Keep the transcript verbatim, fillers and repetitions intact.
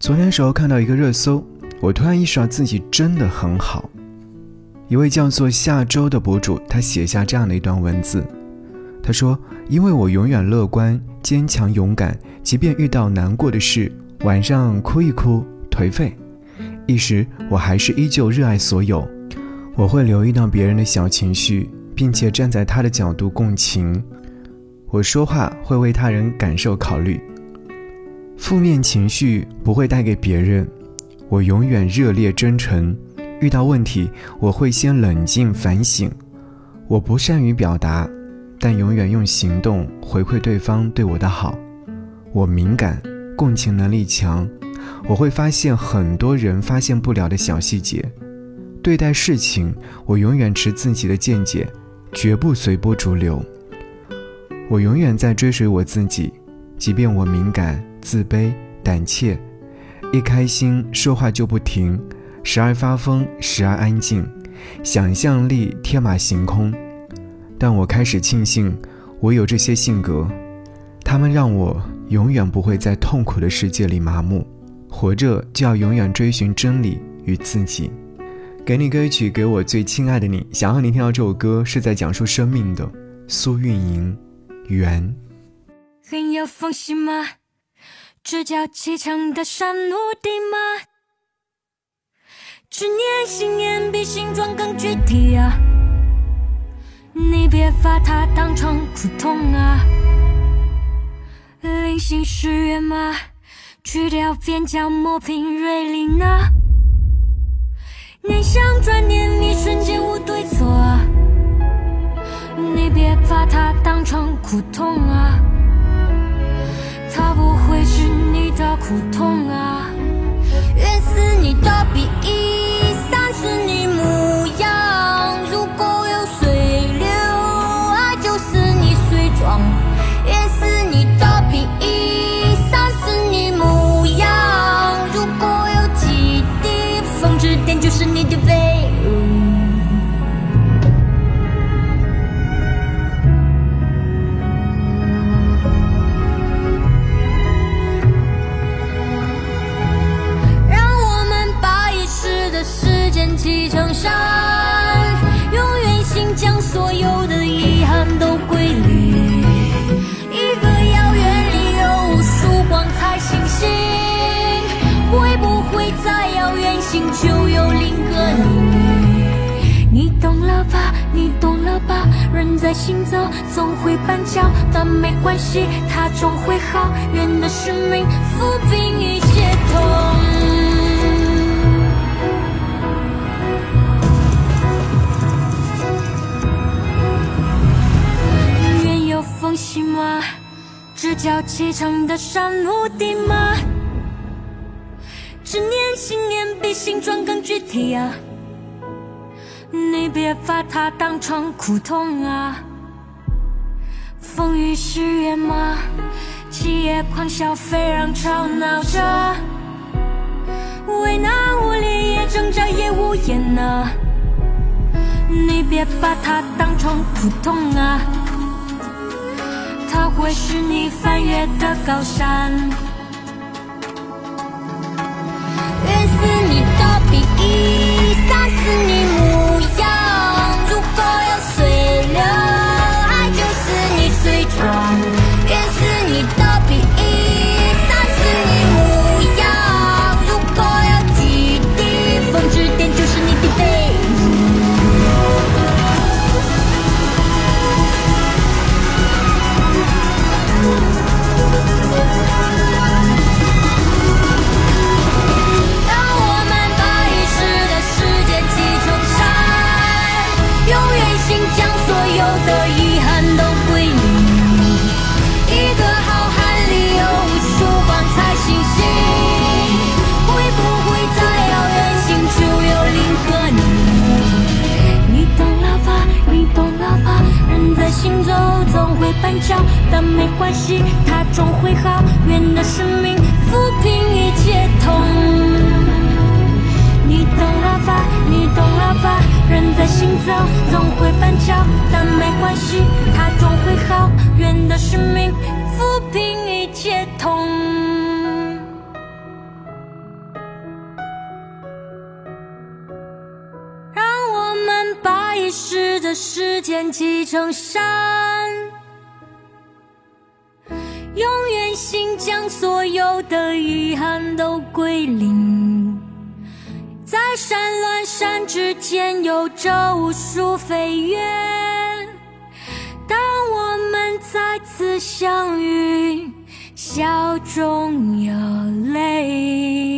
昨天时候看到一个热搜，我突然意识到自己真的很好。一位叫做下周的博主，他写下这样的一段文字，他说：因为我永远乐观、坚强、勇敢，即便遇到难过的事，晚上哭一哭，颓废，一时我还是依旧热爱所有。我会留意到别人的小情绪，并且站在他的角度共情。我说话会为他人感受考虑，负面情绪不会带给别人。我永远热烈真诚，遇到问题我会先冷静反省。我不善于表达，但永远用行动回馈对方对我的好。我敏感，共情能力强，我会发现很多人发现不了的小细节。对待事情，我永远持自己的见解，绝不随波逐流。我永远在追随我自己，即便我敏感、自卑、胆怯，一开心说话就不停，时而发疯，时而安静，想象力天马行空。但我开始庆幸我有这些性格，它们让我永远不会在痛苦的世界里麻木，活着就要永远追寻真理与自己。给你歌曲，给我最亲爱的你。想要你听到这首歌是在讲述生命的，苏运莹，缘。 很有缝隙吗？直角启程的山路地吗？执念信念比形状更具体啊，你别把它当成苦痛啊。灵性是缘吗？去掉边角磨平锐利呢。念想转念一瞬间无对错啊，你别把它当成苦痛啊，它不会是你的苦痛啊。缘是你的笔意，散是你模样，如果有水流，爱就是你水状。缘是你的笔意，散是你模样，如果有几滴风之点就是你的背。启程山，用远行将所有的遗憾都归零。一个遥远里有无数光彩星星，会不会在遥远星球有另个你？你懂了吧，你懂了吧，人在行走总会绊脚，但没关系，它终会好。缘的使命抚平一切痛。缝隙吗？直角启程的山路地吗？执念信念比形状更具体啊，你别把它当成苦痛啊。风雨是缘吗？七夜狂笑飞让吵闹着，为难无力也挣扎也无言啊，你别把它当成苦痛啊，它会是你翻越的高山。缘是你的笔意，散是你模样，如果有水流，爱就是你水状。缘是你的笔意，散是你模样，如果有几滴风之点就是你的背。行走总会绊脚，但没关系，它终会好。缘的使命抚平一切痛。你懂了吧，你懂了吧，人在行走总会绊脚，但没关系，它终会好。缘的使命抚平一切痛。 遗失的时间积成山，永远心将所有的遗憾都归零，在山峦山之间有着无数飞跃，当我们再次相遇，笑中有泪。